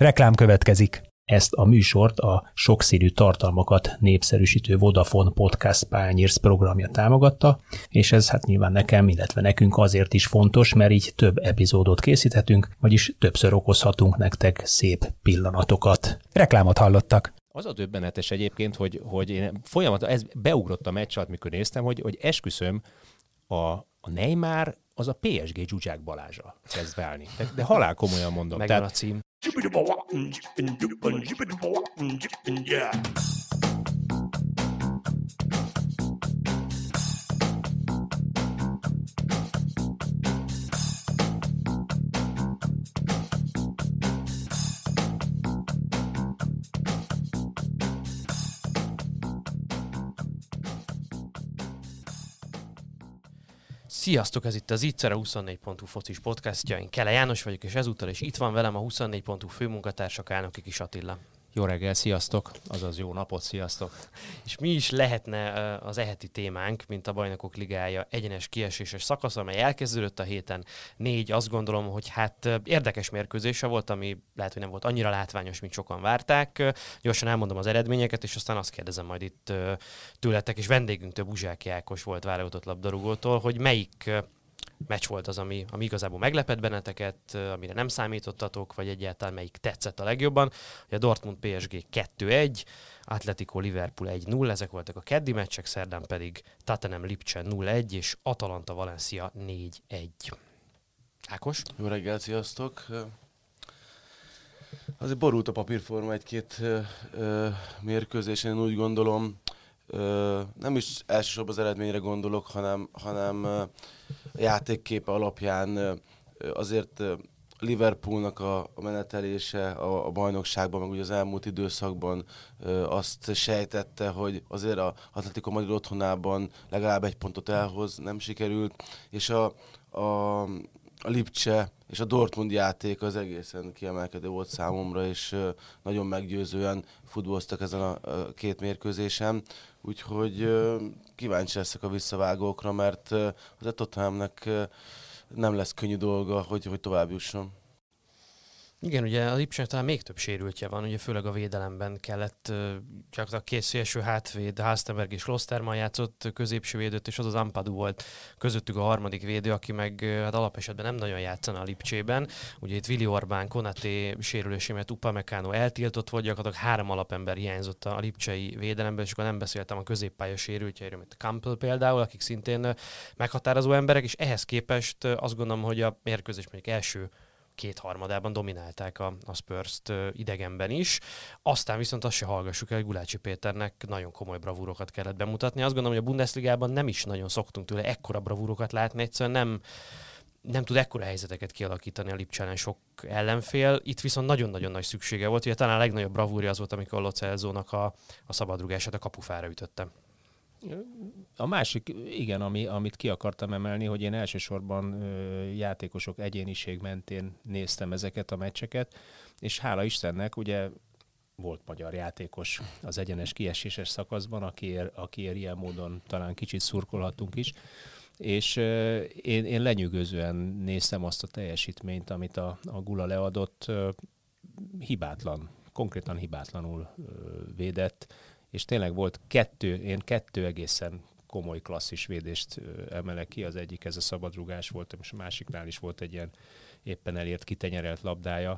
Reklám következik. Ezt a műsort a sokszínű tartalmakat népszerűsítő Vodafone Podcast Pioneers programja támogatta, és ez hát nyilván nekem, illetve nekünk azért is fontos, mert így több epizódot készíthetünk, vagyis többször okozhatunk nektek szép pillanatokat. Reklámot hallottak. Az a döbbenetes egyébként, hogy én folyamatosan ez beugrott a meccs alatt, mikor néztem, hogy esküszöm, a Neymar az a PSG Zsuzsák Balázsa kezd válni. De halál komolyan mondom. Megvan a cím. Sziasztok, ez itt az Ittszer, a 24.hu focis podcastja. Én Kele János vagyok, és ezúttal is itt van velem a 24.hu főmunkatársa Kálnoki Kis Attila. Jó reggel, sziasztok! Azaz jó napot, sziasztok! És mi is lehetne az eheti témánk, mint a Bajnokok Ligája egyenes kieséses szakasz, amely elkezdődött a héten 4. Azt gondolom, hogy hát érdekes mérkőzése volt, ami lehet, hogy nem volt annyira látványos, mint sokan várták. Gyorsan elmondom az eredményeket, és aztán azt kérdezem majd itt tőletek, és vendégünktől Buzsáki Ákos volt válogatott labdarúgótól, hogy melyik meccs volt az, ami igazából meglepett benneteket, amire nem számítottatok, vagy egyáltalán melyik tetszett a legjobban. A Dortmund PSG 2-1, Atletico Liverpool 1-0, ezek voltak a keddi meccsek, szerdán pedig Tottenham Lipcse 0-1, és Atalanta Valencia 4-1. Ákos? Jó reggel, sziasztok! Azért borult a papírforma egy-két mérkőzésen, én úgy gondolom. Nem is elsősorban az eredményre gondolok, hanem a játékképe alapján azért Liverpoolnak a menetelése a bajnokságban, meg ugye az elmúlt időszakban azt sejtette, hogy azért a Atletico Madrid otthonában legalább egy pontot elhoz, nem sikerült, és a Lipcse és a Dortmund játék az egészen kiemelkedő volt számomra, és nagyon meggyőzően futballoztak ezen a két mérkőzésen. Úgyhogy kíváncsi leszek a visszavágókra, mert az Tottenhamnek nem lesz könnyű dolga, hogy tovább jusson. Igen, ugye a Lipcse talán még több sérültje van, ugye főleg a védelemben kellett csak a két szélső hátvéd, Halstenberg és Klosterman játszott középső védőt, és az az Ampadu volt közöttük a harmadik védő, aki meg hát alapesetben nem nagyon játszana a Lipcsében. Ugye itt Willi Orbán, Konaté sérülése, mert Upamecano eltiltott volt, gyakorlatilag 3 alapember hiányzott a lipcsei védelemben, és akkor nem beszéltem a középpálya sérültjeiről, mint Campbell például, akik szintén meghatározó emberek, és ehhez képest azt gondolom, hogy a mérkőzés mondjuk első kétharmadában dominálták a Spurs-t idegenben is. Aztán viszont azt se hallgassuk el, hogy Gulácsi Péternek nagyon komoly bravúrokat kellett bemutatni. Azt gondolom, hogy a Bundesligában nem is nagyon szoktunk tőle ekkora bravúrokat látni, egyszerűen nem tud ekkora helyzeteket kialakítani a Lipcse sok ellenfél. Itt viszont nagyon-nagyon nagy szüksége volt. Ugye talán a legnagyobb bravúrja az volt, amikor Lo Celso-nak a szabadrugását a kapufára ütötte. A másik, igen, amit ki akartam emelni, hogy én elsősorban játékosok egyéniség mentén néztem ezeket a meccseket, és hála Istennek ugye volt magyar játékos az egyenes kieséses szakaszban, akiért ilyen módon talán kicsit szurkolhatunk is, és én lenyűgözően néztem azt a teljesítményt, amit a Gula leadott, konkrétan hibátlanul védett, és tényleg volt kettő egészen komoly klasszis védést emelek ki, az egyik ez a szabadrugás volt, és a másiknál is volt egy ilyen éppen elért kitenyerelt labdája.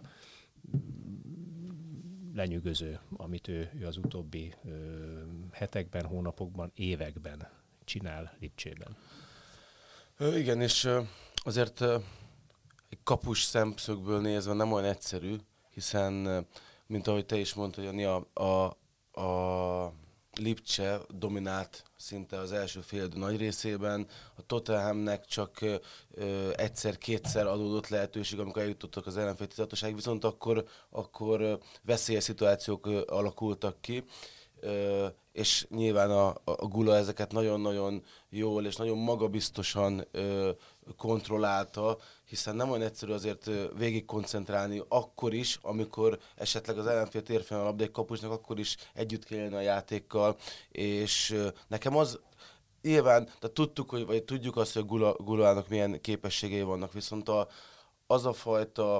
Lenyűgöző, amit ő az utóbbi hetekben, hónapokban, években csinál Lipcsében. Igen, és azért egy kapus szemszögből nézve nem olyan egyszerű, hiszen, mint ahogy te is mondtad, Jani, a Lipcse dominált szinte az első félidő nagy részében, a Tottenhamnek csak egyszer-kétszer adódott lehetőség, amikor eljutottak az ellenfél 16-osáig, viszont akkor veszélyes szituációk alakultak ki, és nyilván a Gula ezeket nagyon-nagyon jól és nagyon magabiztosan kontrollálta, hiszen nem olyan egyszerű azért végig koncentrálni akkor is, amikor esetleg az ellenfél térfél a labda egy kapusnak, akkor is együtt kell élni a játékkal, és nekem az nyilván, tehát tudjuk azt, hogy Gulának milyen képességei vannak, viszont az a fajta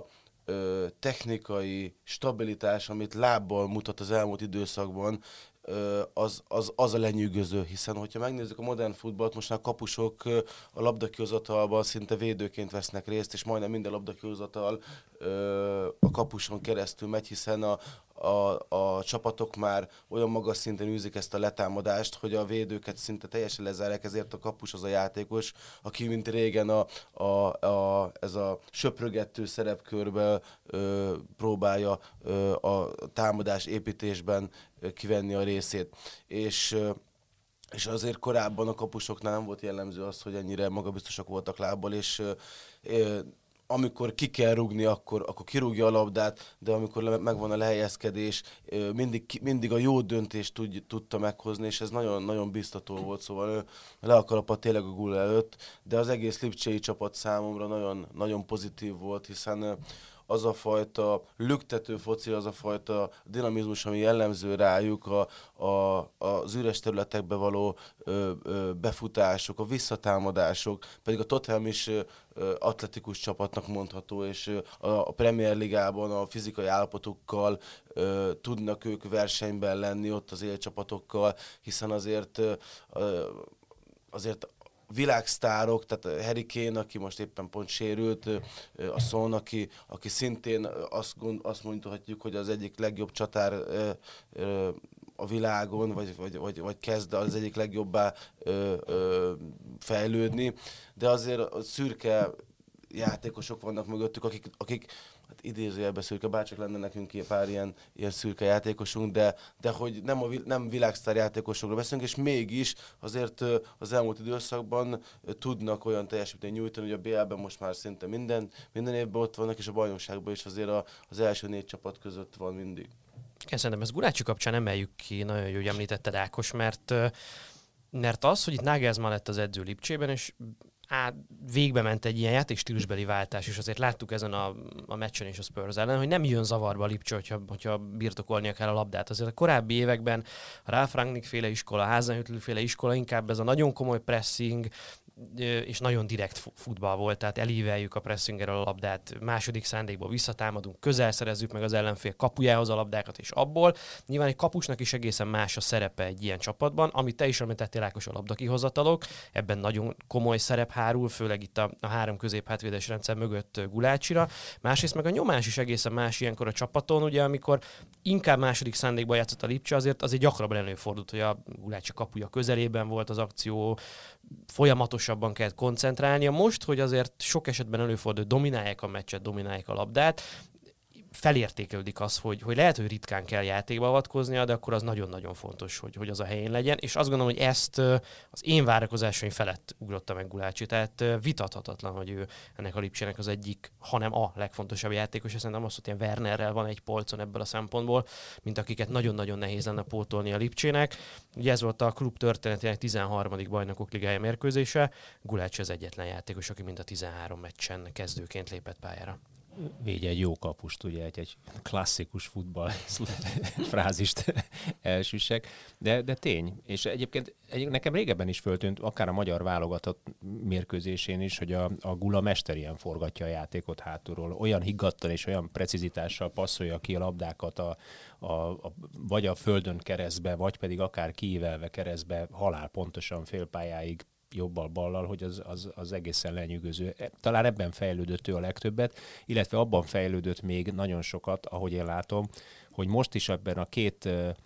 technikai stabilitás, amit lábbal mutat az elmúlt időszakban, az a lenyűgöző, hiszen hogyha megnézzük a modern futballt, most már kapusok a labdakihozatalban szinte védőként vesznek részt, és majdnem minden labdakihozatal a kapuson keresztül megy, hiszen a csapatok már olyan magas szinten űzik ezt a letámadást, hogy a védőket szinte teljesen lezárják, ezért a kapus az a játékos, aki mint régen ez a söprögető szerepkörben próbálja a támadás építésben kivenni a részét. És azért korábban a kapusoknál nem volt jellemző az, hogy ennyire magabiztosak voltak lábbal, és amikor ki kell rúgni, akkor kirúgja a labdát, de amikor megvan a lehelyezkedés, mindig a jó döntést tudta meghozni, és ez nagyon-nagyon biztató volt, szóval le a kalapat tényleg a gól előtt, de az egész lipcsei csapat számomra nagyon, nagyon pozitív volt, hiszen az a fajta lüktető foci, az a fajta dinamizmus, ami jellemző rájuk, az üres területekbe való befutások, a visszatámadások, pedig a Tottenham is atletikus csapatnak mondható, és a Premier Ligában a fizikai állapotukkal tudnak ők versenyben lenni ott az élcsapatokkal, hiszen azért világsztárok, tehát Harry Kane, aki most éppen pont sérült, a Son, aki szintén azt mondhatjuk, hogy az egyik legjobb csatár a világon, vagy kezd az egyik legjobbá fejlődni, de azért nem játékosok vannak mögöttük, akik hát idézőjelben szürke, bárcsak lenne nekünk pár ilyen szürke játékosunk, de hogy nem világsztár játékosokról beszélünk, és mégis azért az elmúlt időszakban tudnak olyan teljesítményt nyújtani, hogy a BL-ben most már szinte minden évben ott vannak, és a bajnokságban is azért az első 4 csapat között van mindig. Igen, szerintem ezt Gulácsi kapcsán emeljük ki, nagyon jó, hogy említetted, Ákos, mert az, hogy itt Nagelsmann lett az edző Lipcsében, és végbe ment egy ilyen játékstílusbeli váltás, és azért láttuk ezen a meccsen és a Spurs ellen, hogy nem jön zavarba a Lipcső, hogyha birtokolnia kell a labdát. Azért a korábbi években a Ralf Rangnick féle iskola, Hasenhüttl féle iskola inkább ez a nagyon komoly pressing, és nagyon direkt futball volt, tehát elíveljük a pressingerrel a labdát, második szándékból visszatámadunk, közel szerezzük meg az ellenfél kapujához a labdákat, és abból. Nyilván egy kapusnak is egészen más a szerepe egy ilyen csapatban, amit te is említettél, Ákos, a labdakihozatalok, ebben nagyon komoly szerep hárul, főleg itt a 3 középhátvédes rendszer mögött Gulácsira. Másrészt meg a nyomás is egészen más ilyenkor a csapaton, ugye amikor inkább második szándékban játszott a Lipcse, azért gyakrabban előfordult, hogy a Gulácsi kapuja közelében volt az akció, folyamatosabban kell koncentrálnia. Most, hogy azért sok esetben előfordul, dominálják a meccset, dominálják a labdát, felértékelődik az, hogy lehet, hogy ritkán kell játékba avatkoznia, de akkor az nagyon-nagyon fontos, hogy az a helyén legyen, és azt gondolom, hogy ezt az én várakozásaim felett ugrotta meg Gulácsi, tehát vitathatatlan, hogy ő ennek a Lipcsének az egyik, hanem a legfontosabb játékos, és szerintem azt, hogy ilyen Wernerrel van egy polcon ebből a szempontból, mint akiket nagyon-nagyon nehéz lenne pótolni a Lipcsének. Ugye ez volt a klub történetének 13. bajnokok ligája mérkőzése, Gulácsi az egyetlen játékos, aki mind a 13 meccsen kezdőként lépett pályára. Védj egy jó kapust, ugye egy klasszikus futball frázist elsüssek, de tény. És egyébként nekem régebben is föltűnt, akár a magyar válogatott mérkőzésén is, hogy a Gula mesterien forgatja a játékot hátulról. Olyan higgadtan és olyan precizitással passzolja ki a labdákat vagy a földön keresztbe, vagy pedig akár kiívelve keresztbe, halál pontosan félpályáig, jobbal-ballal, hogy az egészen lenyűgöző. Talán ebben fejlődött ő a legtöbbet, illetve abban fejlődött még nagyon sokat, ahogy én látom, hogy most is ebben a 2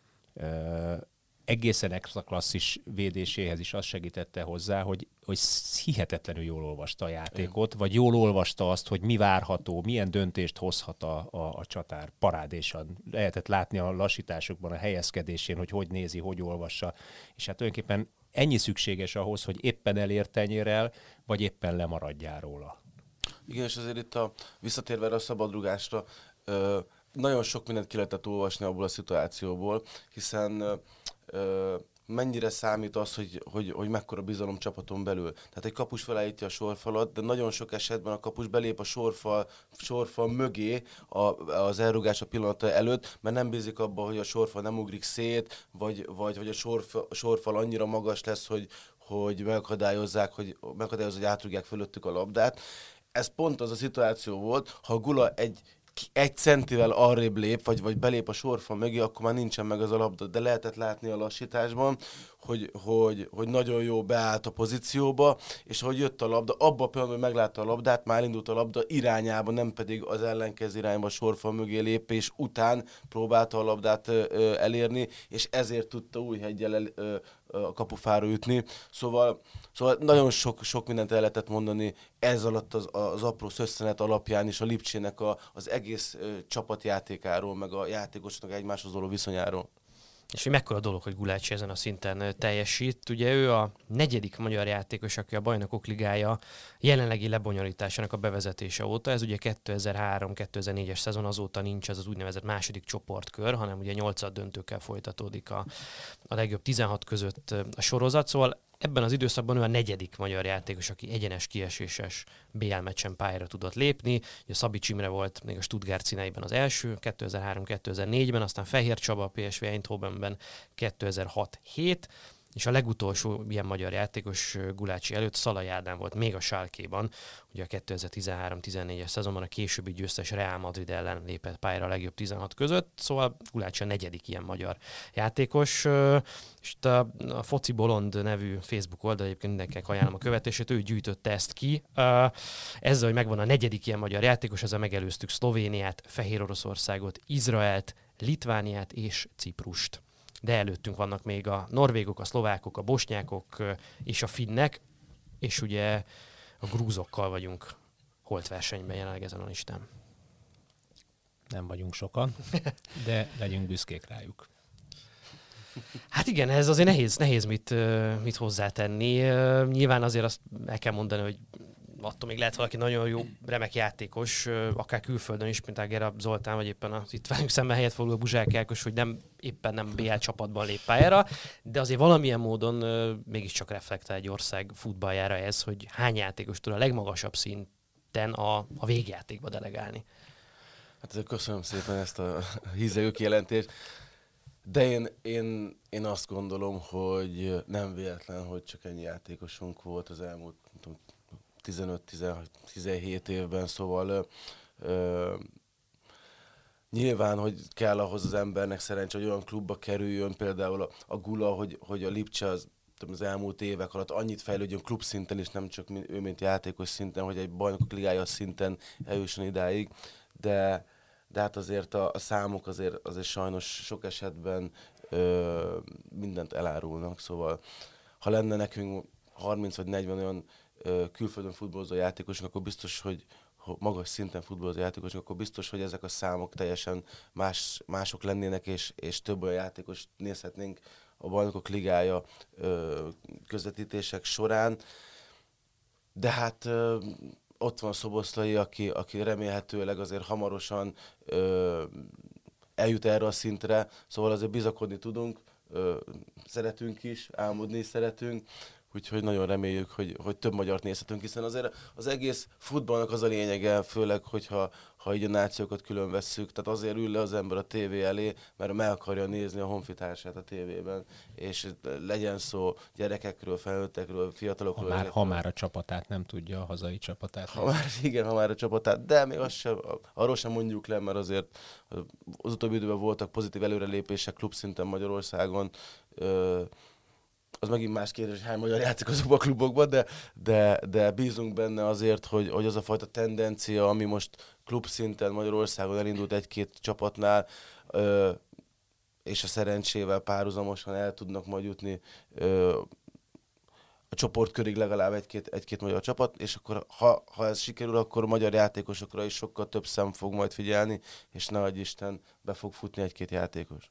egészen extra klasszis védéséhez is azt segítette hozzá, hogy hihetetlenül jól olvasta a játékot, vagy jól olvasta azt, hogy mi várható, milyen döntést hozhat a csatár. Parádésan lehetett látni a lassításokban, a helyezkedésén, hogy nézi, hogy olvassa. És hát tulajdonképpen ennyi szükséges ahhoz, hogy éppen elért tenyérrel, vagy éppen lemaradjál róla. Igen, és azért itt visszatérve a szabadrugásra, nagyon sok mindent ki lehetett olvasni abból a szituációból, hiszen mennyire számít az, hogy mekkora bizalom csapaton belül. Tehát egy kapus felállítja a sorfalat, de nagyon sok esetben a kapus belép a sorfal mögé az elrúgása pillanata előtt, mert nem bízik abban, hogy a sorfal nem ugrik szét, vagy a sorfal annyira magas lesz, hogy megakadályozzák, hogy átrúgják fölöttük a labdát. ez pont az a szituáció volt, ha a Gula egy centivel arrébb lép, vagy belép a sorfal mögé, akkor már nincsen meg az a labda. De lehetett látni a lassításban, hogy nagyon jó beállt a pozícióba, és ahogy jött a labda, abban a pillanatban, hogy meglátta a labdát, már indult a labda irányába, nem pedig az ellenkező irányba a sorfal mögé lépés után próbálta a labdát elérni, és ezért tudta Újheggyel a kapufára ütni. Szóval nagyon sok mindent el lehetett mondani ez alatt az apró szösszenet alapján is a Lipcsének az egész csapatjátékáról, meg a játékosoknak egymáshoz való viszonyáról. És hogy mekkora dolog, hogy Gulácsi ezen a szinten teljesít. Ugye ő a 4. magyar játékos, aki a Bajnokok Ligája jelenlegi lebonyolításának a bevezetése óta. Ez ugye 2003-2004-es szezon, azóta nincs ez az úgynevezett második csoportkör, hanem ugye 8 döntőkkel folytatódik a legjobb 16 között a sorozat. Szóval ebben az időszakban ő a 4. magyar játékos, aki egyenes kieséses BL meccsen pályára tudott lépni. Ugye Szabics Imre volt még a Stuttgart színeiben az első, 2003-2004-ben, aztán Fehér Csaba a PSV Eindhovenben 2006-7, és a legutolsó ilyen magyar játékos Gulácsi előtt Szalai Ádám volt még a Schalkéban, ugye a 2013-14-es szezonban a későbbi győztes Real Madrid ellen lépett pályára a legjobb 16 között, szóval Gulácsi a 4. ilyen magyar játékos, és itt a Foci Bolond nevű Facebook oldal, egyébként mindenkinek ajánlom a követését, ő gyűjtötte ezt ki. Ezzel, hogy megvan a 4. ilyen magyar játékos, ezzel megelőztük Szlovéniát, Fehér Oroszországot, Izraelt, Litvániát és Ciprust. De előttünk vannak még a norvégok, a szlovákok, a bosnyákok és a finnek, és ugye a grúzokkal vagyunk holtversenyben jelenleg ezen a listán. Nem vagyunk sokan, de legyünk büszkék rájuk. Hát igen, ez azért nehéz mit hozzátenni. Nyilván azért azt el kell mondani, hogy attól még lehet valaki nagyon jó, remek játékos, akár külföldön is, mint Ágera Zoltán, vagy éppen az itt velünk szemben helyet foglaló Buzsák Ákos, hogy éppen nem BL csapatban lép pályára, de azért valamilyen módon mégiscsak reflektál egy ország futballjára ez, hogy hány játékos tud a legmagasabb szinten a végjátékba delegálni. Hát köszönöm szépen ezt a hízelgő kijelentést, de én azt gondolom, hogy nem véletlen, hogy csak ennyi játékosunk volt az elmúlt 15-17 évben, szóval nyilván, hogy kell ahhoz az embernek szerencsé, hogy olyan klubba kerüljön, például a Gula, hogy a Lipcse az elmúlt évek alatt annyit fejlődjön klubszinten is, nem csak ő, mint játékos szinten, hogy egy Bajnokok Ligája szinten eljusson idáig, de hát azért a számok azért sajnos sok esetben mindent elárulnak, szóval ha lenne nekünk 30 vagy 40 olyan külföldön futballozó játékosok, akkor biztos, hogy magas szinten futballozó játékosok, akkor biztos, hogy ezek a számok teljesen mások lennének, és több olyan játékost nézhetnénk a Bajnokok Ligája közvetítések során. De hát ott van Szoboszlai, aki remélhetőleg azért hamarosan eljut erre a szintre, szóval azért bizakodni tudunk, szeretünk is, álmodni is szeretünk, úgyhogy nagyon reméljük, hogy több magyart nézhetünk, hiszen azért az egész futballnak az a lényege, főleg, hogyha így a nációkat külön vesszük, tehát azért ül le az ember a tévé elé, mert meg akarja nézni a honfitársát a tévében, és legyen szó gyerekekről, felnőttekről, fiatalokról. Ha már a csapatát nem tudja, a hazai csapatát. Ha már a csapatát, de még arról sem mondjuk le, mert azért az utóbbi időben voltak pozitív előrelépések klubszinten Magyarországon, az megint más kérdés, hogy hány magyar játszik azokban a klubokban, de bízunk benne azért, hogy az a fajta tendencia, ami most klubszinten Magyarországon elindult egy-két csapatnál, és a szerencsével párhuzamosan el tudnak majd jutni a csoportkörig legalább egy-két magyar csapat, és akkor ha ez sikerül, akkor a magyar játékosokra is sokkal több szem fog majd figyelni, és ne adj Isten, be fog futni egy-két játékos.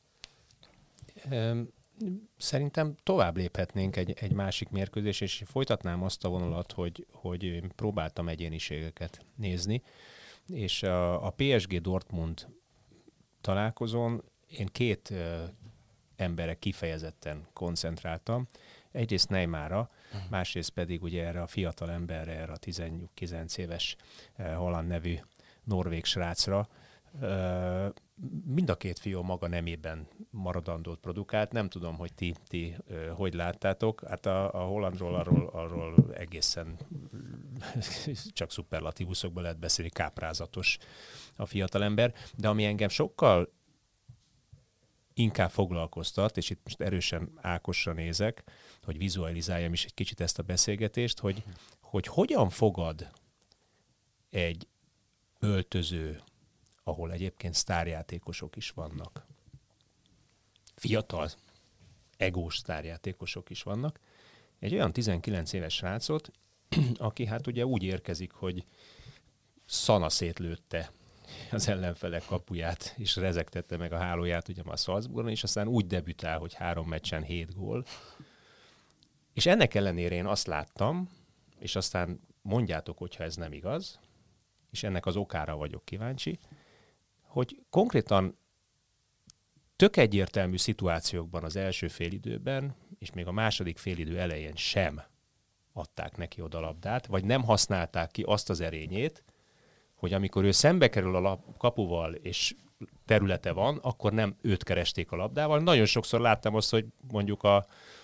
Szerintem tovább léphetnénk egy másik mérkőzés, és folytatnám azt a vonalat, hogy próbáltam egyéniségeket nézni, és a PSG Dortmund találkozón én két emberre kifejezetten koncentráltam. Egyrészt Neymarra, másrészt pedig ugye erre a fiatal emberre, erre a 19 éves holland nevű norvég srácra. Mind a két fiú maga nemében maradandót produkált. Nem tudom, hogy ti hogy láttátok. Hát a hollandról arról egészen csak szuperlatívuszokban lehet beszélni, káprázatos a fiatalember, de ami engem sokkal inkább foglalkoztat, és itt most erősen Ákosra nézek, hogy vizualizáljam is egy kicsit ezt a beszélgetést, hogy hogyan fogad egy öltöző, ahol egyébként sztárjátékosok is vannak, fiatal, egós sztárjátékosok is vannak, egy olyan 19 éves srácot, aki hát ugye úgy érkezik, hogy szana szétlőtte az ellenfelek kapuját, és rezegtette meg a hálóját ugye már Salzburgban, és aztán úgy debütál, hogy 3 meccsen 7 gól. És ennek ellenére én azt láttam, és aztán mondjátok, hogyha ez nem igaz, és ennek az okára vagyok kíváncsi, hogy konkrétan tök egyértelmű szituációkban az első félidőben, és még a második félidő elején sem adták neki oda a labdát, vagy nem használták ki azt az erényét, hogy amikor ő szembe kerül a kapuval, és területe van, akkor nem őt keresték a labdával. Nagyon sokszor láttam azt, hogy mondjuk a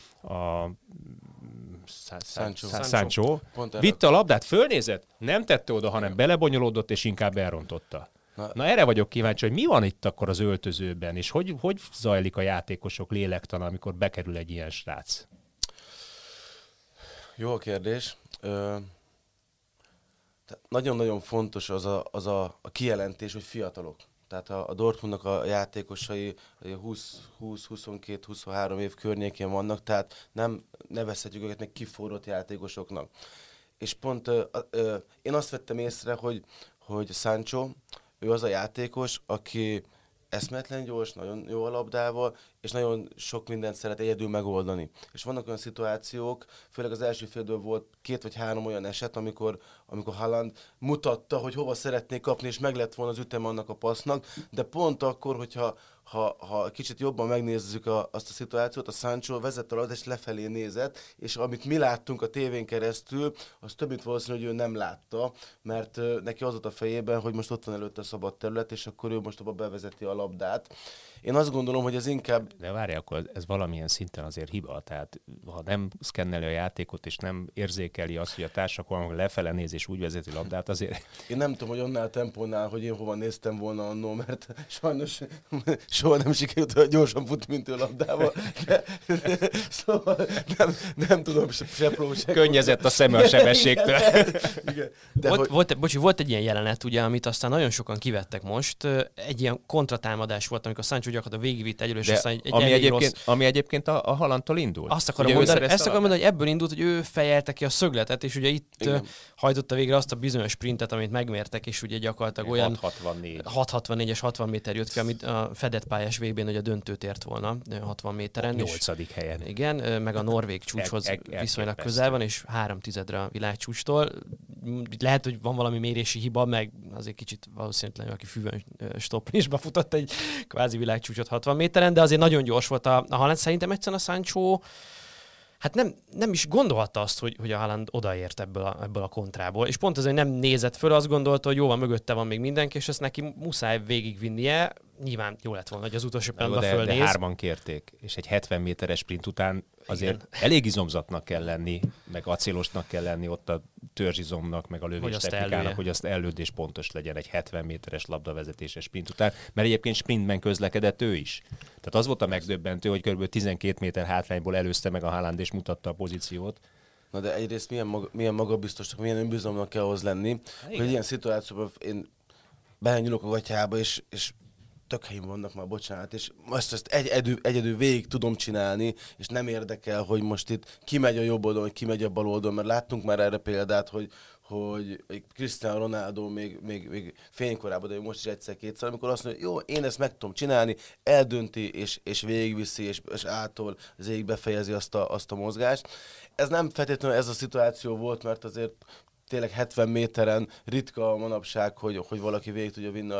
Sancho vitte a labdát, fölnézett, nem tette oda, hanem belebonyolódott, és inkább elrontotta. Na erre vagyok kíváncsi, hogy mi van itt akkor az öltözőben, és hogy zajlik a játékosok lélektana, amikor bekerül egy ilyen srác? Jó a kérdés. Nagyon-nagyon fontos az a kijelentés, hogy fiatalok. Tehát a Dortmundnak a játékosai 20-22-23 év környékén vannak, tehát nem nevezhetjük őket még kiforrott játékosoknak. És pont én azt vettem észre, hogy Sancho, ő az a játékos, aki eszméletlen gyors, nagyon jó a labdával, és nagyon sok mindent szeret egyedül megoldani. És vannak olyan szituációk, főleg az első félidőben volt 2 vagy 3 olyan eset, amikor Haaland mutatta, hogy hova szeretné kapni, és meg lett volna az ütem annak a passznak, de pont akkor, hogyha kicsit jobban megnézzük azt a szituációt, a Sancho vezette a labdát, és lefelé nézett, és amit mi láttunk a tévén keresztül, az több mint valószínű, hogy ő nem látta, mert neki az volt a fejében, hogy most ott van előtte a szabad terület, és akkor ő most abba bevezeti a labdát. Én azt gondolom, hogy ez inkább... De várj, akkor ez valamilyen szinten azért hiba. Tehát ha nem szkenneli a játékot, és nem érzékeli azt, hogy a társak valami lefele néz, és úgy vezeti a labdát, azért... Én nem tudom, hogy annál tempónál, hogy én hova néztem volna annó, mert sajnos soha nem sikerült olyan gyorsan futni, mint ő labdával. Szóval nem tudom se pró, se... Könnyezett a szeme a sebességtől. Igen. Volt egy ilyen jelenet, ugye, amit aztán nagyon sokan kivettek most. Egy ilyen kontratámadás volt, amikor Sancho gyakorlatilag végigvitt egyről, és aztán ami egyébként a Haalandtól indult. Azt akarom mondani, hogy ebből indult, hogy ő fejelte ki a szögletet, és ugye itt hajtotta végre azt a bizonyos sprintet, amit megmértek, és ugye gyakorlatilag olyan 664-es 60 méter jött ki, amit a fedett pályás VB-n ugye döntőt ért volna 60 méteren. 8. helyen. Igen, meg a norvég csúcshoz viszonylag közel van, és 3/10 a világcsúcstól. Lehet, hogy van valami mérési hiba, meg azért kicsit valószínűleg, aki füvön stopplisba futott egy kvázi világcsúcsot 60 méteren, de azért nagyon gyors volt a Haaland. Szerintem egyszerűen a Sancho hát nem is gondolhatta azt, hogy a Haaland odaért ebből a kontrából. És pont azért nem nézett föl, azt gondolta, hogy jó van, mögötte van még mindenki, és ezt neki muszáj végigvinnie. Nyilván jó lett volna, hogy az utolsó pillanatban fölnéz. De 3-an kérték, és egy 70 méteres sprint után azért elég izomzatnak kell lenni, meg acélosnak kell lenni ott a törzsizomnak, meg a lövés technikának, hogy azt előd és pontos legyen egy 70 méteres labdavezetéses sprint után, mert egyébként sprintben közlekedett ő is. Tehát az volt a megdöbbentő, hogy kb. 12 méter hátrányból előzte meg a Haaland és mutatta a pozíciót. Na de egyrészt milyen magabiztosnak, milyen önbizalomnak kell ahhoz lenni, hogy ilyen szituációban én belenyúlok a gatyába, és tök helyén vannak már, bocsánat, és ezt egyedül végig tudom csinálni, és nem érdekel, hogy most itt ki megy a jobb oldalon, vagy ki megy a bal oldalon, mert láttunk már erre példát, hogy Cristiano Ronaldo még fénykorában, de most is egyszer-kétszer, amikor azt mondja, jó, én ezt meg tudom csinálni, eldönti, és végigviszi, és által az égig befejezi azt a mozgást. Ez nem feltétlenül ez a szituáció volt, mert azért tényleg 70 méteren ritka a manapság, hogy valaki végig tudja vinni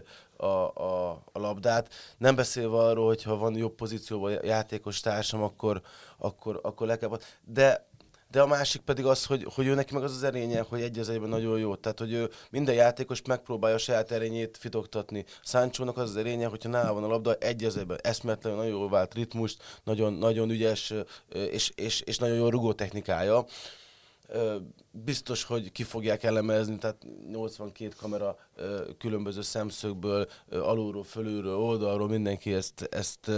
a labdát. Nem beszélve arról, hogy ha van jobb pozícióban játékos társam, akkor le kell... De a másik pedig az, hogy ő neki meg az erénye, hogy egy az egyben nagyon jó. Tehát, hogy ő minden játékos megpróbálja a saját erényét fitoktatni. Sanchónak az erénye, hogyha nála van a labda, egy az egyben eszméletlenül nagyon jól vált ritmust, nagyon, nagyon ügyes és nagyon jó rugó technikája. biztos, hogy ki fogják elemezni, tehát 82 kamera különböző szemszögből, alulról, fölülről, oldalról, mindenki ezt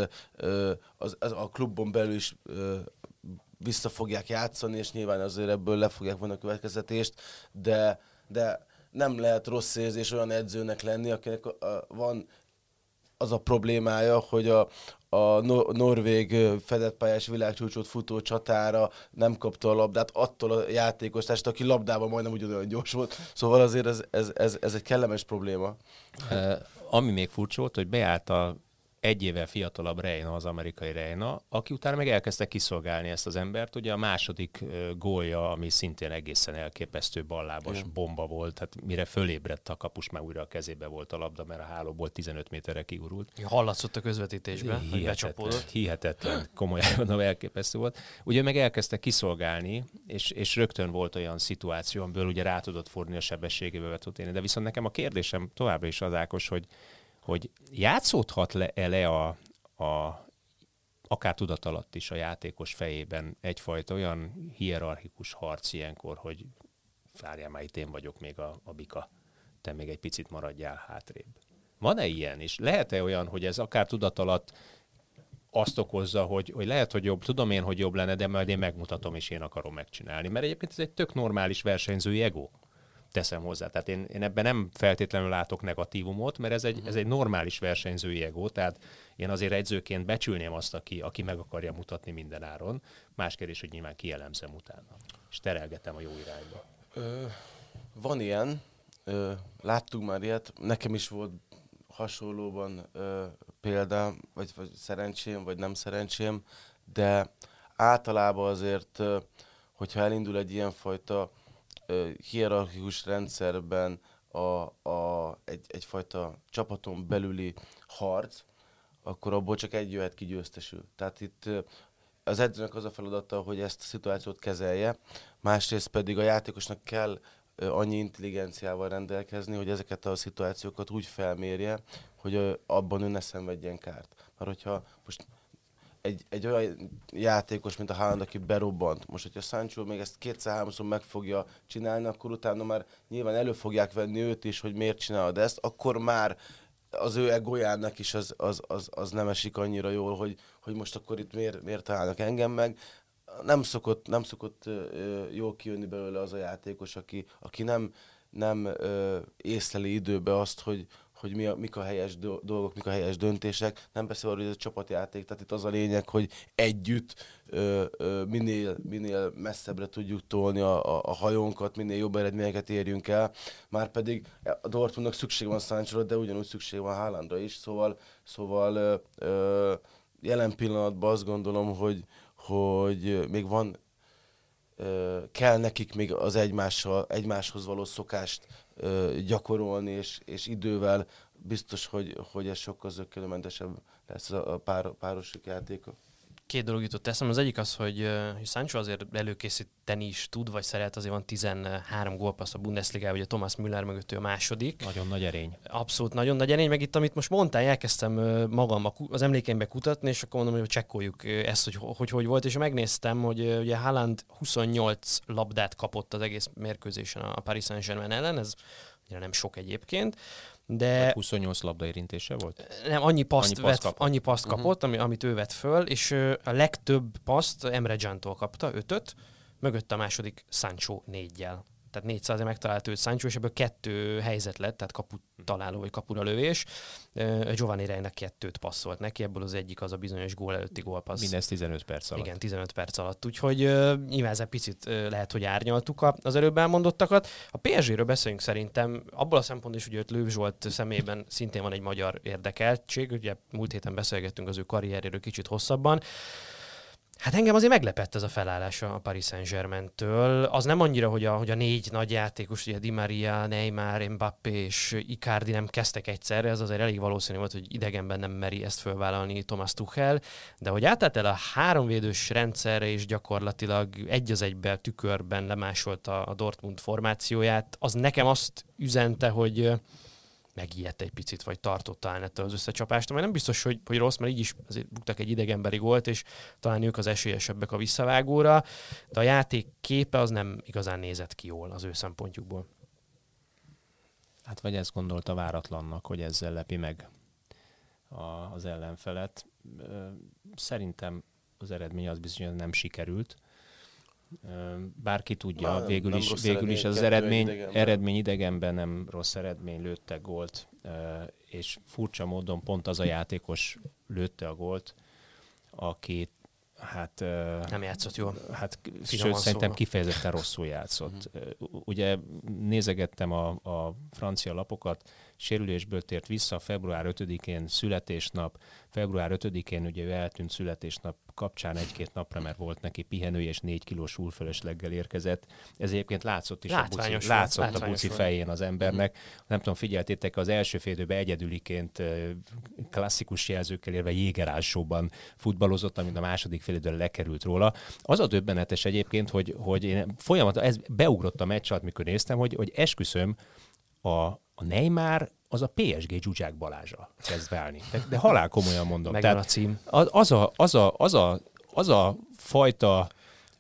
a klubon belül is vissza fogják játszani, és nyilván azért ebből le fogják vonni a következtetést, de nem lehet rossz érzés olyan edzőnek lenni, akinek van az a problémája, hogy a norvég fedett pályás világcsúcsot futó csatára nem kapta a labdát attól a játékostárstól, aki labdában majdnem ugyanolyan gyors volt. Szóval azért ez egy kellemes probléma. Ami még furcsa volt, hogy beállt a egy évvel fiatalabb Reina, az amerikai Reina, aki utána meg elkezdte kiszolgálni ezt az embert. Ugye a második gólja, ami szintén egészen elképesztő ballábas bomba volt, tehát mire fölébredt a kapus, már újra a kezébe volt a labda, mert a hálóból 15 méterre kiurult. Hallatszott a közvetítésben, hogy becsapódott. Hihetetlen, komolyan mondom, elképesztő volt. Ugye meg elkezdte kiszolgálni, és rögtön volt olyan szituáció, amiből ugye rá tudott fordulni a sebességébe Vetoténi. De viszont nekem a kérdésem továbbra is az, Ákos, hogy játszódhat le akár tudat alatt is a játékos fejében egyfajta olyan hierarchikus harc ilyenkor, hogy várjál már, itt én vagyok még a bika, te még egy picit maradjál hátrébb. Van-e ilyen? És lehet-e olyan, hogy ez akár tudat alatt azt okozza, hogy lehet, hogy jobb, tudom én, hogy jobb lenne, de majd én megmutatom, és én akarom megcsinálni. Mert egyébként ez egy tök normális versenyzői ego. Teszem hozzá. Tehát én ebben nem feltétlenül látok negatívumot, mert ez egy normális versenyzői ego, tehát én azért edzőként becsülném azt, aki meg akarja mutatni minden áron. Más kérdés, hogy nyilván kielemzem utána. És terelgetem a jó irányba. Van ilyen. Láttuk már ilyet. Nekem is volt hasonlóban példa, vagy szerencsém, vagy nem szerencsém, de általában azért, hogyha elindul egy ilyenfajta hierarchikus rendszerben egyfajta csapaton belüli harc, akkor abból csak egy jöhet ki győztesül. Tehát itt az edzőnek az a feladata, hogy ezt a szituációt kezelje, másrészt pedig a játékosnak kell annyi intelligenciával rendelkezni, hogy ezeket a szituációkat úgy felmérje, hogy abban ő ne szenvedjen kárt. Mert hogyha most egy olyan játékos, mint a Haaland, aki berobbant. Most, hogyha Sancho még ezt 2-3-szor meg fogja csinálni, akkor utána már nyilván elő fogják venni őt is, hogy miért csinálod ezt, akkor már az ő egójának is az nem esik annyira jól, hogy most akkor itt miért találnak engem meg. Nem szokott jól kijönni belőle az a játékos, aki nem észleli időbe azt, hogy mik a helyes dolgok, mik a helyes döntések. Nem beszél arról, hogy ez a csapatjáték, tehát itt az a lényeg, hogy együtt minél messzebbre tudjuk tolni a hajónkat, minél jobb eredményeket érjünk el. Márpedig a Dortmundnak szükség van Sanchóra, de ugyanúgy szükség van Haalandra is, szóval jelen pillanatban azt gondolom, hogy még van, kell nekik még az egymáshoz való szokást gyakorolni, és idővel biztos, hogy ez sokkal zökkenőmentesebb lesz a párosuk játéka. Két dolog jutott eszembe. Az egyik az, hogy Sancho azért előkészíteni is tud, vagy szeret, azért van 13 gólpassz a Bundesligában, ugye Thomas Müller mögött ő a második. Nagyon nagy erény. Abszolút nagyon nagy erény, meg itt, amit most mondtál, elkezdtem magam az emlékeimbe kutatni, és akkor mondom, hogy csekkoljuk ezt, hogy volt, és megnéztem, hogy ugye Haaland 28 labdát kapott az egész mérkőzésen a Paris Saint-Germain ellen, ez ugye nem sok egyébként, de 28 labdaérintése volt? Nem, annyi paszt kapott, amit ő vett föl, és a legtöbb paszt Emre Can-tól kapta, 5-öt, mögött a második Sancho 4-jel. Tehát 400 megtalált őt Sancho, és ebből 2 helyzet lett, tehát kaput találó vagy kapura lövés. Giovanni Reina 2-t passzolt neki, ebből az egyik az a bizonyos gól előtti gólpassz. Mindez 15 perc alatt. Igen, 15 perc alatt. Úgyhogy nyilván ez egy picit lehet, hogy árnyaltuk az előbb elmondottakat. A PSG-ről beszélünk szerintem, abból a szempontból is, hogy Lőv Zsolt szemében szintén van egy magyar érdekeltség. Ugye múlt héten beszélgettünk az ő karrieréről kicsit hosszabban. Hát engem azért meglepett ez a felállás a Paris Saint-Germain-től. Az nem annyira, hogy a 4 nagy játékos, ugye Di Maria, Neymar, Mbappé és Icardi nem kezdtek egyszerre, ez azért elég valószínű volt, hogy idegenben nem meri ezt fölvállalni Thomas Tuchel, de hogy átállt el a 3 védős rendszerre, és gyakorlatilag egy az egyben tükörben lemásolta a Dortmund formációját, az nekem azt üzente, hogy megijedt egy picit, vagy tartott talán ettől az összecsapást, mert nem biztos, hogy rossz, mert így is azért buktak egy idegenbeli gólt, és talán ők az esélyesebbek a visszavágóra, de a játék képe az nem igazán nézett ki jól az ő szempontjukból. Hát vagy ezt gondolta váratlannak, hogy ezzel lepi meg az ellenfelet. Szerintem az eredmény az bizony nem sikerült. Bárki tudja, végül is az eredmény idegenben nem rossz eredmény, lőttek gólt, és furcsa módon pont az a játékos lőtte a gólt, aki nem játszott jól. Sőt, szerintem kifejezetten rosszul játszott. Ugye nézegettem a francia lapokat, sérülésből tért vissza, február 5-én születésnap, február 5-én ugye ő eltűnt születésnap kapcsán 1-2 napra, mert volt neki pihenője, és 4 kilós súlyfölösleggel érkezett. Ez egyébként látszott is a buci fején az embernek. Nem tudom, figyeltétek, az első fél időben egyedüliként klasszikus jelzőkkel érve jégerálsóban futballozott, amit a második fél időben lekerült róla. Az a döbbenetes egyébként, hogy én folyamatosan, ez beugrott a meccs alatt, mikor néztem, hogy esküszöm, a Neymar az a PSG Zsuzsák Balázsa kezd válni. De halál komolyan mondom. Megvan a cím. Az a fajta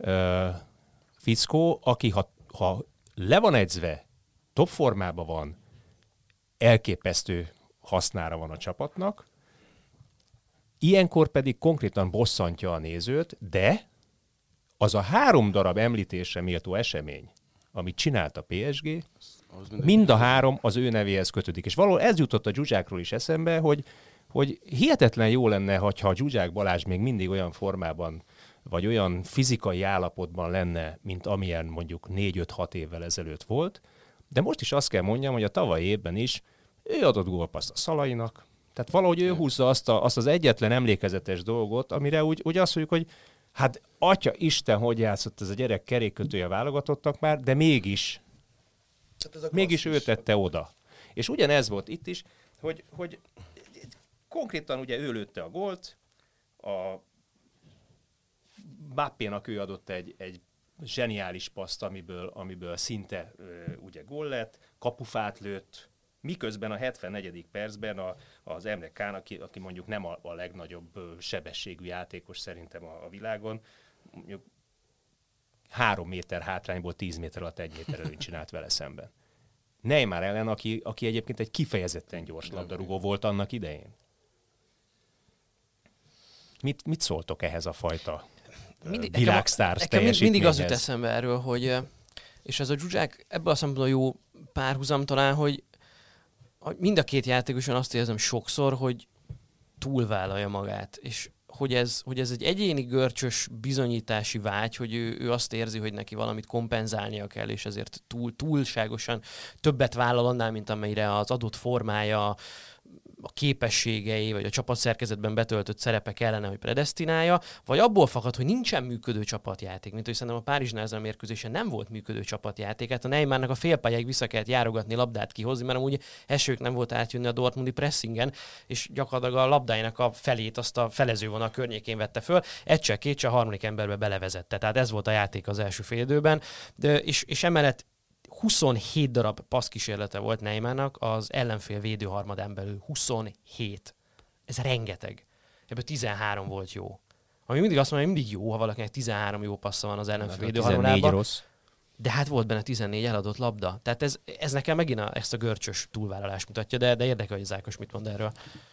fickó, aki ha le van edzve, top formában van, elképesztő hasznára van a csapatnak, ilyenkor pedig konkrétan bosszantja a nézőt, de az a 3 darab említésre méltó esemény, amit csinált a PSG, mind a 3 az ő nevéhez kötődik. És valahol ez jutott a Zsuzsákról is eszembe, hogy hihetetlen jó lenne, hogyha a Zsuzsák Balázs még mindig olyan formában, vagy olyan fizikai állapotban lenne, mint amilyen mondjuk 4-5-6 évvel ezelőtt volt. De most is azt kell mondjam, hogy a tavalyi évben is ő adott gólpasszt a Szalainak. Tehát valahogy ő húzza azt az egyetlen emlékezetes dolgot, amire úgy azt mondjuk, hogy hát atya Isten, hogy játszott ez a gyerek, kerékkötője válogatottak már, de mégis ő tette oda. És ugyanez volt itt is, hogy konkrétan ugye ő lőtte a gólt, a Mbappénak ő adott egy zseniális paszt, amiből szinte ugye gól lett, kapufát lőtt, miközben a 74. percben az Emre Can, aki mondjuk nem a legnagyobb sebességű játékos szerintem a világon, mondjuk 3 méter hátrányból 10 méter alatt 1 méter előnyt csinált vele szemben. Neymar ellen, aki egyébként egy kifejezetten gyors labdarúgó volt annak idején. Mit szóltok ehhez a fajta világsztár teljesítményhez? Mindig az jut eszembe erről, hogy és ez a Zsuzsák ebből a szempontból jó párhuzam talán, hogy mind a két játékoson azt érzem sokszor, hogy túlvállalja magát, és hogy ez egy egyéni görcsös bizonyítási vágy, hogy ő azt érzi, hogy neki valamit kompenzálnia kell, és ezért túlságosan többet vállal annál, mint amelyre az adott formája, a képességei, vagy a csapatszerkezetben betöltött szerepe kellene, hogy predesztinálja, vagy abból fakad, hogy nincsen működő csapatjáték, mint hogy szerintem a Párizsnál ezen a mérkőzésen nem volt működő csapatjáték. Hát a Neymarnak a félpályáig vissza kellett járogatni, labdát kihozni, mert amúgy esők nem volt átjönni a dortmundi pressingen, és gyakorlatilag a labdáinak a felét azt a felezővonal környékén vette föl, egyszer, kétszer, a harmadik emberbe belevezette. Tehát ez volt a játék az első fél időben, és emellett 27 darab passzkísérlete volt Neymarnak az ellenfél védőharmadán belül. 27. Ez rengeteg. Ebből 13 volt jó. Ami mindig azt mondja, hogy mindig jó, ha valakinek 13 jó passza van az ellenfél védőharmadában. Rossz. De hát volt benne 14 eladott labda. Tehát ez nekem megint ezt a görcsös túlvállalást mutatja, de érdekel, hogy Zákos mit mond erről.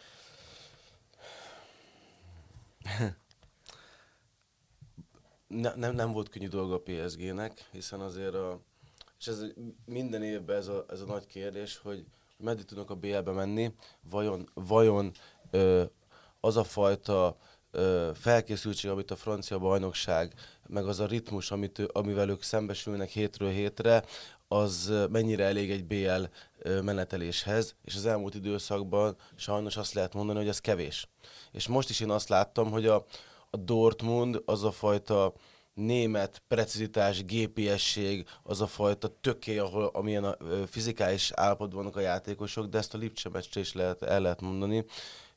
Nem volt könnyű dolga a PSG-nek, hiszen azért és ez minden évben ez a nagy kérdés, hogy meddig tudnak a BL-be menni, vajon az a fajta felkészültség, amit a francia bajnokság, meg az a ritmus, amivel ők szembesülnek hétről hétre, az mennyire elég egy BL meneteléshez, és az elmúlt időszakban sajnos azt lehet mondani, hogy ez kevés. És most is én azt láttam, hogy a Dortmund az a fajta német precizitás, gépiesség, az a fajta tökély, amilyen a fizikális állapotban vannak a játékosok, de ezt a Lipcse meccsre is el lehet mondani.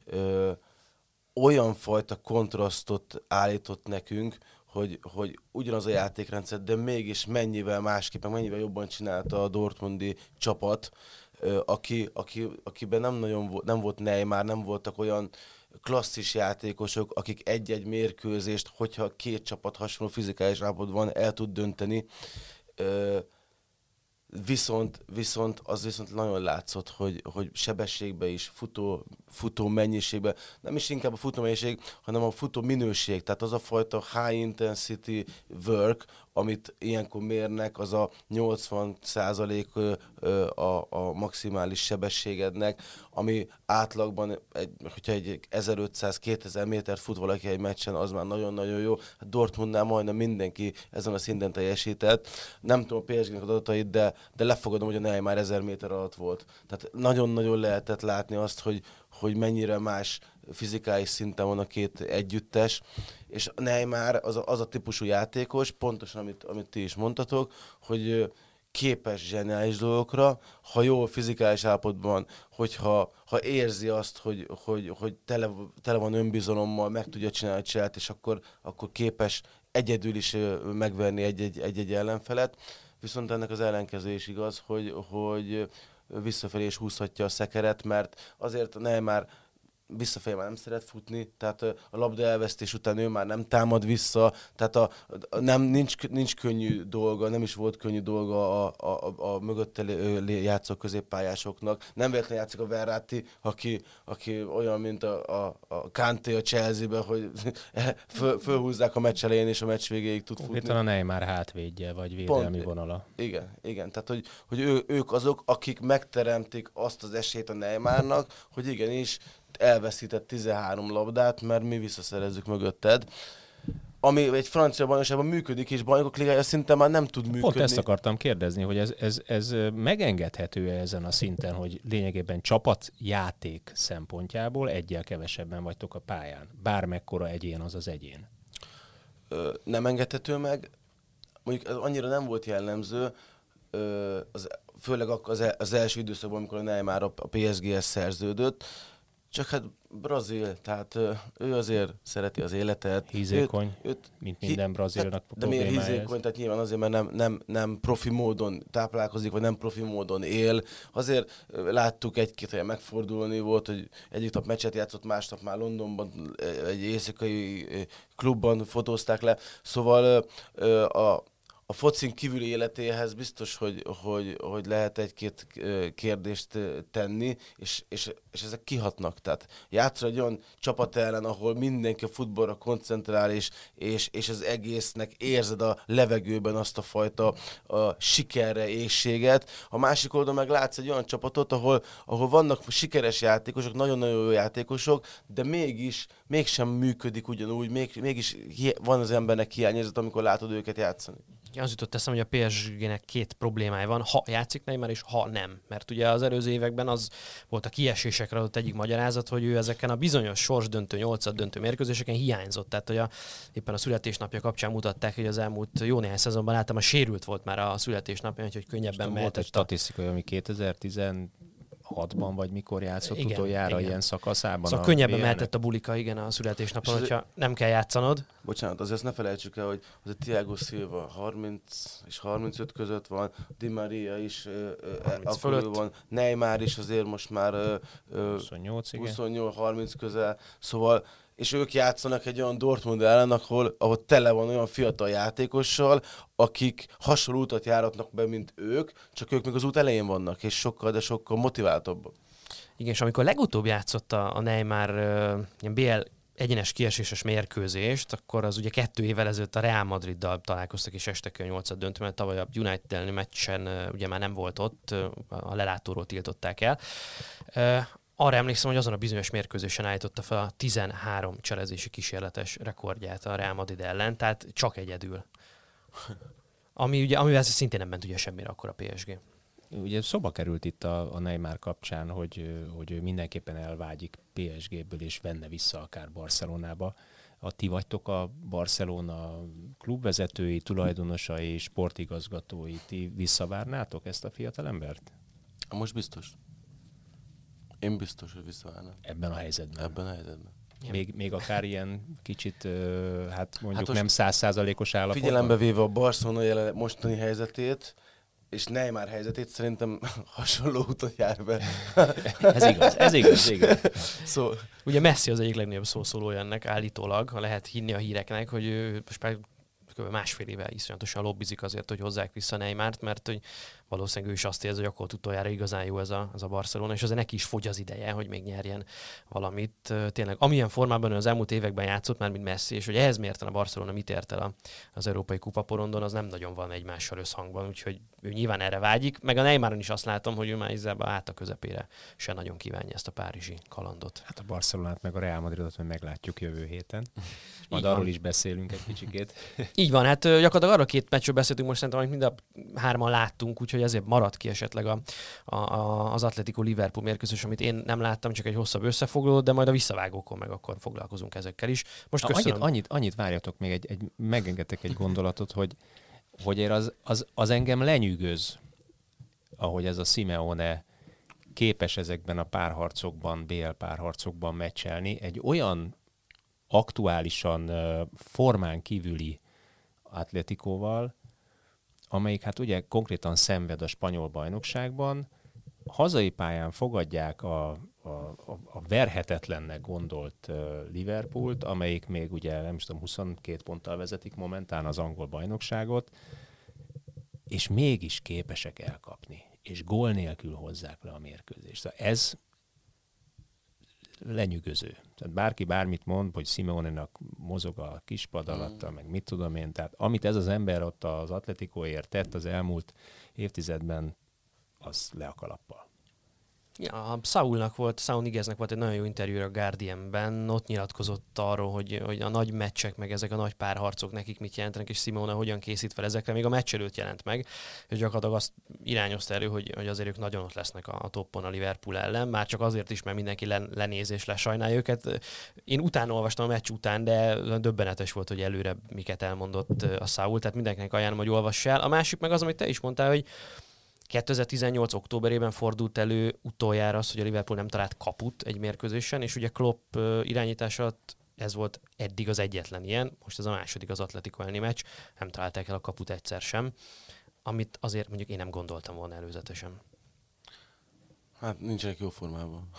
Olyan fajta kontrasztot állított nekünk, hogy ugyanaz a játékrendszer, de mégis mennyivel másképpen, mennyivel jobban csinálta a dortmundi csapat, akiben nem volt Neymar, nem voltak olyan klasszis játékosok, akik egy-egy mérkőzést, hogyha két csapat hasonló fizikális állapotban el tud dönteni. Viszont nagyon látszott, hogy sebességbe is, futó mennyiségbe, nem is inkább a futó mennyiség, hanem a futó minőség, tehát az a fajta high intensity work, amit ilyenkor mérnek, az a 80% a maximális sebességednek, ami átlagban, hogyha egy 1500-2000 métert fut valaki egy meccsen, az már nagyon-nagyon jó. Dortmundnál majdnem mindenki ezen a szinten teljesített. Nem tudom a PSG-nek az adatait, de lefogadom, hogy a Neymar 1000 méter alatt volt. Tehát nagyon-nagyon lehetett látni azt, hogy mennyire más fizikális szinten van a két együttes, és Neymar az a típusú játékos, pontosan amit ti is mondtatok, hogy képes zseniális dolgokra, ha jól fizikális állapotban, ha érzi azt, hogy tele van önbizalommal, meg tudja csinálni a csinált, és akkor képes egyedül is megverni egy ellenfelet. Viszont ennek az ellenkező is igaz, hogy visszafelé is húzhatja a szekeret, mert azért Neymar visszafelé már nem szeret futni, tehát a labda elvesztés után ő már nem támad vissza, tehát nincs könnyű dolga, nem is volt könnyű dolga a mögötte játszó középpályásoknak. Nem véletlenül játszik a Verratti, aki olyan, mint a Kanté a Chelsea-ben, hogy fölhúzzák a meccs elején, és a meccs végéig tud futni. Itt a Neymar hátvédje, vagy védelmi vonala. Igen, tehát hogy ők azok, akik megteremtik azt az esélyt a Neymarnak, hogy igenis elveszített 13 labdát, mert mi visszaszerezzük mögötted. Ami egy francia bajnokságban működik, és bajnokok ligája szinte már nem tud működni. Pont ezt akartam kérdezni, hogy ez megengedhető-e ezen a szinten, hogy lényegében csapatjáték szempontjából egyel kevesebben vagytok a pályán. Bármekkora egyén az az egyén. Nem engedhető meg. Mondjuk ez annyira nem volt jellemző, főleg az első időszakban, amikor a Neymar a PSG-hez szerződött. Csak hát brazil, tehát ő azért szereti az életet. Hízékony, mint minden brazilnak problémája. De miért hízékony? Tehát nyilván azért, mert nem profi módon táplálkozik, vagy nem profi módon él. Azért láttuk egy-két helyen megfordulni, volt, hogy egyik nap meccset játszott, másnap már Londonban, egy éjszakai klubban fotózták le. Szóval a focin kívüli életéhez biztos, hogy lehet egy-két kérdést tenni, és ezek kihatnak. Tehát játszol egy olyan csapat ellen, ahol mindenki a futballra koncentrál, és az egésznek érzed a levegőben azt a fajta sikerre éhséget. A másik oldalon meg látsz egy olyan csapatot, ahol vannak sikeres játékosok, nagyon-nagyon jó játékosok, de mégsem működik ugyanúgy, mégis van az embernek hiányérzet, amikor látod őket játszani. Az jutott eszembe, hogy a PSG-nek két problémája van, ha játszik Neymar, és ha nem. Mert ugye az előző években az volt a kiesésekre adott egyik magyarázat, hogy ő ezeken a bizonyos sorsdöntő, 8-döntő mérkőzéseken hiányzott. Tehát, hogy éppen a születésnapja kapcsán mutatták, hogy az elmúlt jó néhány szezonban általában sérült volt már a születésnapja, úgyhogy könnyebben mehetett. Volt egy statisztikai, ami 2016-ban vagy mikor játszott utoljára ilyen szakaszában. Szóval könnyebben mehetett a bulika, igen, a születésnapon, hogyha nem kell játszanod. Bocsánat, azért ne felejtsük el, hogy az a Thiago Silva 30 és 35 között van, Di Maria is akkor van, Neymar is azért most már 28-30 közel, szóval és ők játszanak egy olyan Dortmund ellen, ahol tele van olyan fiatal játékossal, akik hasonló utat járatnak be, mint ők, csak ők még az út elején vannak, és sokkal motiváltabbak. Igen, és amikor legutóbb játszott a Neymar ilyen BL egyenes kieséses mérkőzést, akkor az ugye 2 évvel ezelőtt a Real Madriddal találkoztak, és estek ki a 8. döntő, mert tavaly a United elleni meccsen ugye már nem volt ott, a lelátóról tiltották el. Arra emlékszem, hogy azon a bizonyos mérkőzésen állította fel a 13 cselezési kísérletes rekordját a Real Madrid ellen, tehát csak egyedül. Amivel szintén nem ment ugye semmire akkor a PSG. Ugye szóba került itt a Neymar kapcsán, hogy ő mindenképpen elvágyik PSG-ből és venne vissza akár Barcelonába. Ti vagytok a Barcelona klubvezetői, tulajdonosai, sportigazgatói, ti visszavárnátok ezt a fiatalembert? Most biztos. Én biztos, hogy visszavárnám. Ebben a helyzetben? Ebben a helyzetben. Még akár ilyen kicsit, nem 100%-os állapotban? Figyelembe véve a Barcelona mostani helyzetét, és Neymar helyzetét szerintem hasonló úton jár be. Ez igaz. Szóval... Ugye Messi az egyik legnagyobb szószólója ennek állítólag, ha lehet hinni a híreknek, hogy ő most már kb. Másfél éve iszonyatosan lobbizik azért, hogy hozzák vissza Neymart, mert hogy valószínűleg ő is azt érzi, hogy akkor utoljára igazán jó ez a Barcelona, és azért neki is fogy az ideje, hogy még nyerjen valamit. Tényleg, amilyen formában ő az elmúlt években játszott már, mint Messi, és hogy ehhez mérten a Barcelona mit ért el az Európai Kupaporondon, az nem nagyon van egymással összhangban, úgyhogy ő nyilván erre vágyik, meg a Neymaron is azt látom, hogy ő már izzába át a közepére se nagyon kívánja ezt a párizsi kalandot. Hát a Barcelonát meg a Real Madridot majd meglátjuk jövő héten. Majd arról is beszélünk egy kicsikét. Így van, hát gyakorlatilag arra két meccsről beszéltünk most szerintem, amit mind a hárman láttunk, úgyhogy ezért maradt ki esetleg az Atletico Liverpool mérkőzés, amit én nem láttam, csak egy hosszabb összefoglaló, de majd a visszavágókon meg akkor foglalkozunk ezekkel is. Most köszönöm. Annyit várjatok még, megengedtek egy gondolatot, hogy az engem lenyűgöz, ahogy ez a Simeone képes ezekben a párharcokban, BL párharcokban meccselni, egy olyan aktuálisan formán kívüli Atletikóval, amelyik hát ugye konkrétan szenved a spanyol bajnokságban, hazai pályán fogadják a verhetetlennek gondolt Liverpoolt, amelyik még ugye nem tudom, 22 ponttal vezetik momentán az angol bajnokságot, és mégis képesek elkapni, és gól nélkül hozzák le a mérkőzést. Szóval ez lenyűgöző. Tehát bárki bármit mond, hogy Simeone-nak mozog a kispad alatt, meg mit tudom én, tehát amit ez az ember ott az Atletikóért tett az elmúlt évtizedben, az le a kalappal. Ja, Saul Nigueznek volt egy nagyon jó interjú a Guardianben, ott nyilatkozott arról, hogy a nagy meccsek, meg ezek a nagy párharcok nekik mit jelentenek, és Simeone hogyan készít fel ezekre, még a meccs előtt jelent meg, és gyakorlatilag azt irányozta elő, hogy azért ők nagyon ott lesznek a toppon a Liverpool ellen, már csak azért is, mert mindenki lenéz és lesajnálja őket. Én utána olvastam a meccs után, de döbbenetes volt, hogy előre miket elmondott a Saul, tehát mindenkinek ajánlom, hogy olvass el. A másik meg az, amit te is mondtál, hogy 2018. októberében fordult elő utoljára az, hogy a Liverpool nem talált kaput egy mérkőzésen, és ugye Klopp irányítása alatt ez volt eddig az egyetlen ilyen, most ez a második az Atletico elleni meccs, nem találták el a kaput egyszer sem, amit azért mondjuk én nem gondoltam volna előzetesen. Hát nincsenek jó formában.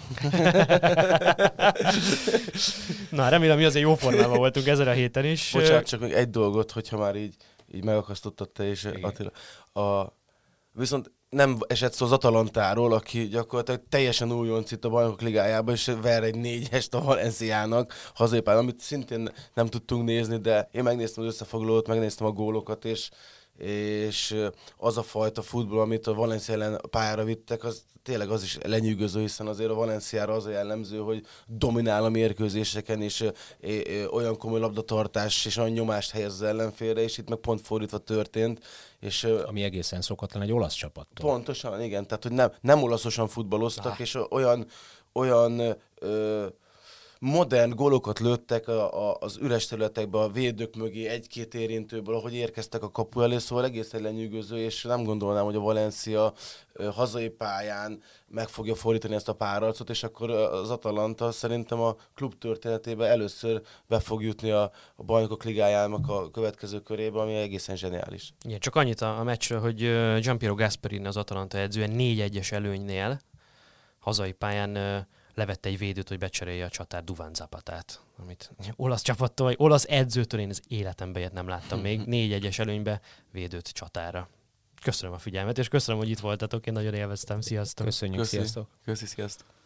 Na, remélem, hogy azért jó formában voltunk ezen a héten is. Bocsánat, csak még egy dolgot, hogyha már így megakasztottad te és Attila. Viszont nem esett szó az Atalantáról, aki gyakorlatilag teljesen újonc itt a Bajnokok Ligájában, és ver egy 4-est a Valenciának hazépán, amit szintén nem tudtunk nézni, de én megnéztem az összefoglalót, megnéztem a gólokat, és az a fajta futball, amit a Valencia ellen pályára vittek, az tényleg az is lenyűgöző, hiszen azért a Valenciára az a jellemző, hogy dominál a mérkőzéseken, és olyan komoly labdatartás és olyan nyomást helyez az ellenfélre, és itt meg pont fordítva történt. És, ami egészen szokatlan egy olasz csapattól. Pontosan, igen, tehát hogy nem olaszosan futballoztak, és olyan modern gólokat lőttek az üres területekbe, a védők mögé, egy-két érintőből, ahogy érkeztek a kapu elé, szóval egészen lenyűgöző, és nem gondolnám, hogy a Valencia hazai pályán meg fogja fordítani ezt a párharcot, és akkor az Atalanta szerintem a klub történetében először be fog jutni a Bajnokok Ligájának a következő körébe, ami egészen zseniális. Igen, csak annyit a meccsről, hogy Giampiero Gasperini, az Atalanta edzője 4-1-es előnynél hazai pályán levette egy védőt, hogy becserélje a csatár Duvan Zapatát, amit olasz csapattól, vagy olasz edzőtől én az életemben ilyet nem láttam még. 4-1-es előnybe védőt csatára. Köszönöm a figyelmet, és köszönöm, hogy itt voltatok, én nagyon élveztem. Sziasztok! Köszönjük, sziasztok! Köszi, sziasztok!